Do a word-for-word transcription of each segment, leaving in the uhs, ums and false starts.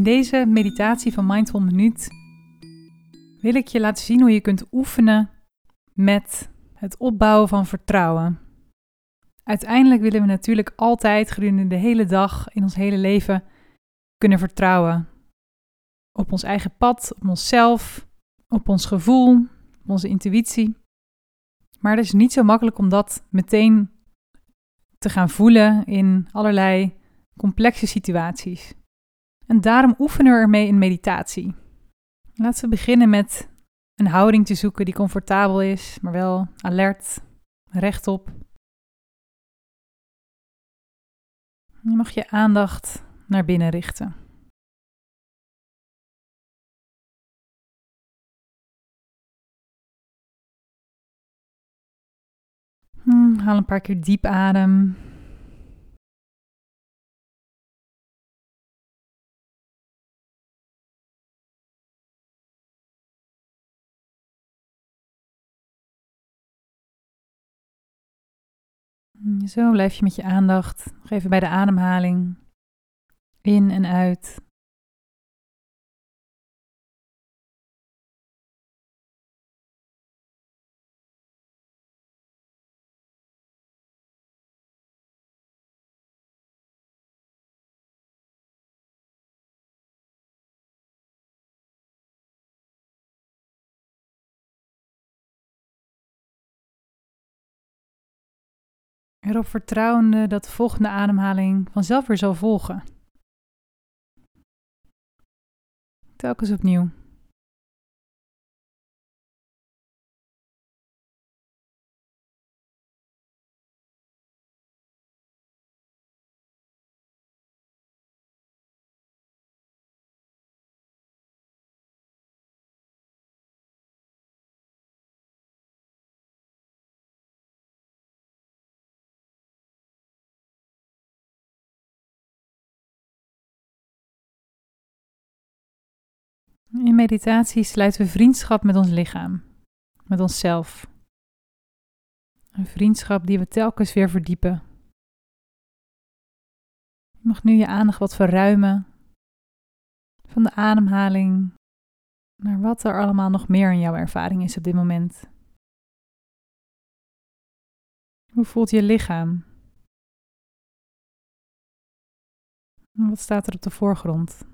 In deze meditatie van Mindful Minuut wil ik je laten zien hoe je kunt oefenen met het opbouwen van vertrouwen. Uiteindelijk willen we natuurlijk altijd gedurende de hele dag in ons hele leven kunnen vertrouwen. Op ons eigen pad, op onszelf, op ons gevoel, op onze intuïtie. Maar het is niet zo makkelijk om dat meteen te gaan voelen in allerlei complexe situaties. En daarom oefenen we ermee in meditatie. Laten we beginnen met een houding te zoeken die comfortabel is, maar wel alert, rechtop. Je mag je aandacht naar binnen richten. Hmm, haal een paar keer diep adem. Zo blijf je met je aandacht nog even bij de ademhaling. In en uit. Erop vertrouwende dat de volgende ademhaling vanzelf weer zal volgen. Telkens opnieuw. In meditatie sluiten we vriendschap met ons lichaam, met onszelf. Een vriendschap die we telkens weer verdiepen. Je mag nu je aandacht wat verruimen van de ademhaling naar wat er allemaal nog meer in jouw ervaring is op dit moment. Hoe voelt je lichaam? En wat staat er op de voorgrond?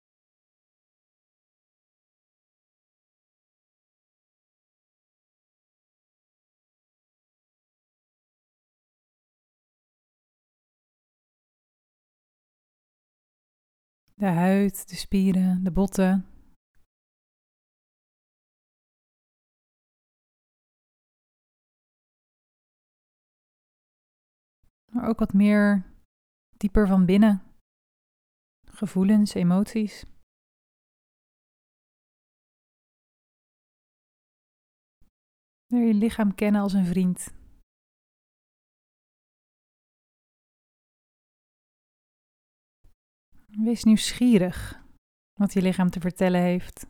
De huid, de spieren, de botten. Maar ook wat meer dieper van binnen. Gevoelens, emoties. Leer je lichaam kennen als een vriend. Wees nieuwsgierig wat je lichaam te vertellen heeft.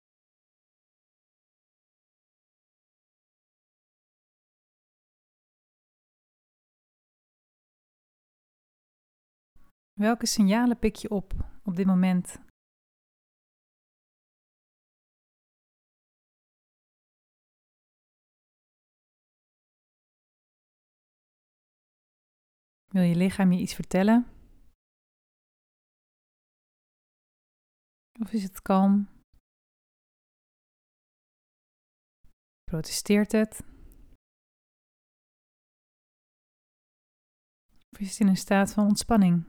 Welke signalen pik je op op dit moment? Wil je lichaam je iets vertellen? Of is het kalm? Protesteert het? Of is het in een staat van ontspanning?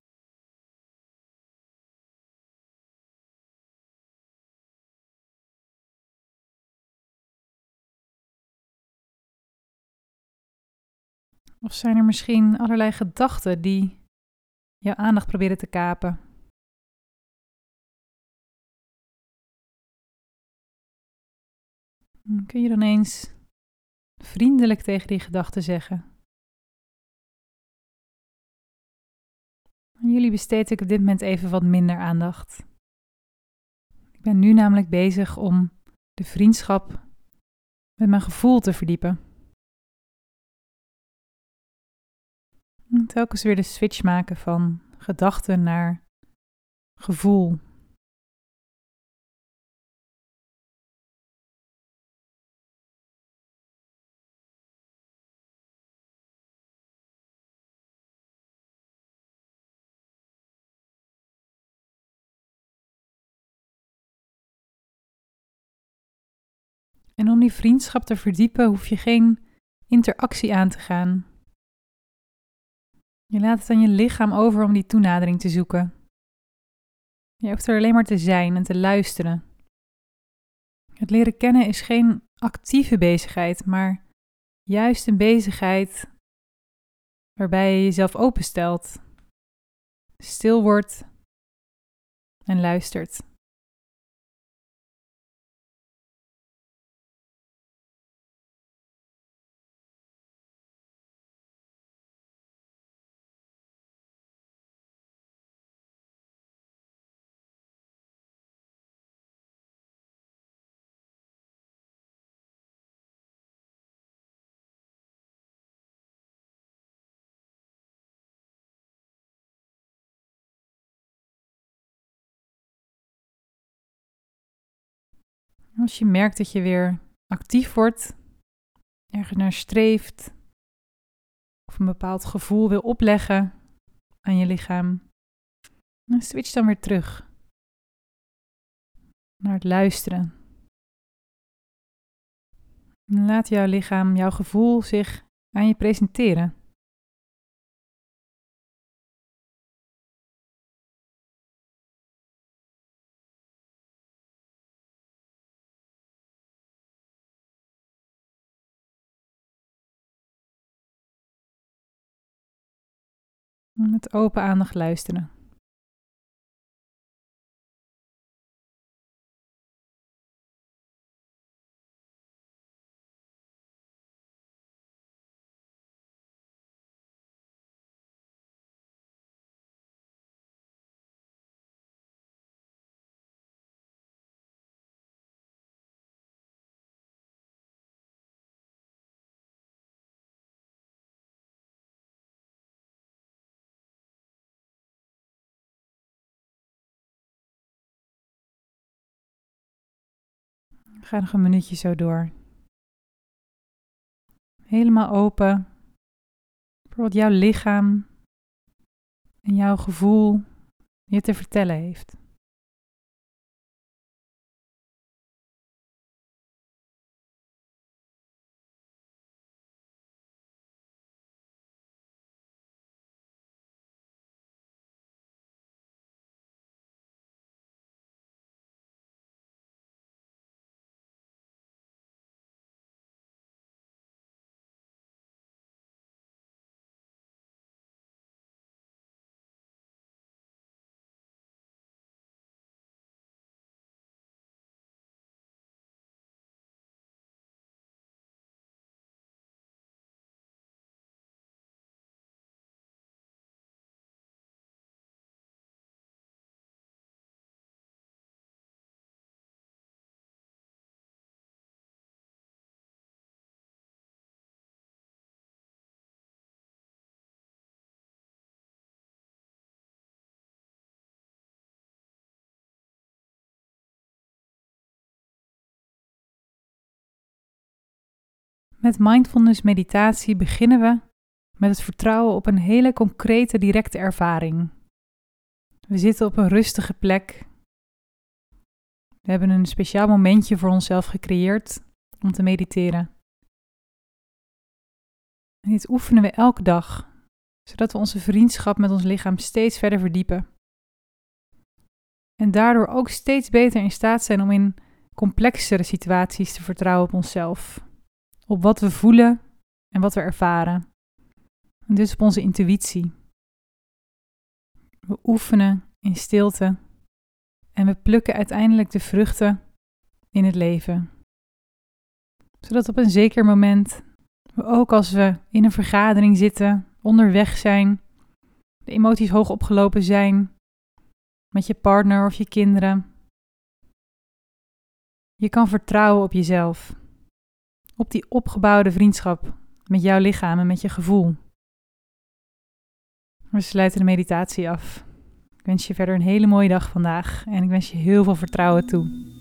Of zijn er misschien allerlei gedachten die jouw aandacht proberen te kapen? Kun je dan eens vriendelijk tegen die gedachten zeggen? Jullie besteed ik op dit moment even wat minder aandacht. Ik ben nu namelijk bezig om de vriendschap met mijn gevoel te verdiepen. En telkens weer de switch maken van gedachten naar gevoel, En om die vriendschap te verdiepen hoef je geen interactie aan te gaan. Je laat het aan je lichaam over om die toenadering te zoeken. Je hoeft er alleen maar te zijn en te luisteren. Het leren kennen is geen actieve bezigheid, maar juist een bezigheid waarbij je jezelf openstelt, stil wordt en luistert. Als je merkt dat je weer actief wordt, ergens naar streeft, of een bepaald gevoel wil opleggen aan je lichaam, dan switch dan weer terug naar het luisteren. En laat jouw lichaam, jouw gevoel zich aan je presenteren. Met open aandacht luisteren. Ga nog een minuutje zo door. Helemaal open voor wat jouw lichaam en jouw gevoel je te vertellen heeft. Met mindfulness meditatie beginnen we met het vertrouwen op een hele concrete, directe ervaring. We zitten op een rustige plek. We hebben een speciaal momentje voor onszelf gecreëerd om te mediteren. En dit oefenen we elke dag, zodat we onze vriendschap met ons lichaam steeds verder verdiepen. En daardoor ook steeds beter in staat zijn om in complexere situaties te vertrouwen op onszelf. Op wat we voelen en wat we ervaren. En dus op onze intuïtie. We oefenen in stilte en we plukken uiteindelijk de vruchten in het leven. Zodat op een zeker moment, we ook als we in een vergadering zitten, onderweg zijn, de emoties hoog opgelopen zijn, met je partner of je kinderen, je kan vertrouwen op jezelf. Op die opgebouwde vriendschap met jouw lichaam en met je gevoel. We sluiten de meditatie af. Ik wens je verder een hele mooie dag vandaag en ik wens je heel veel vertrouwen toe.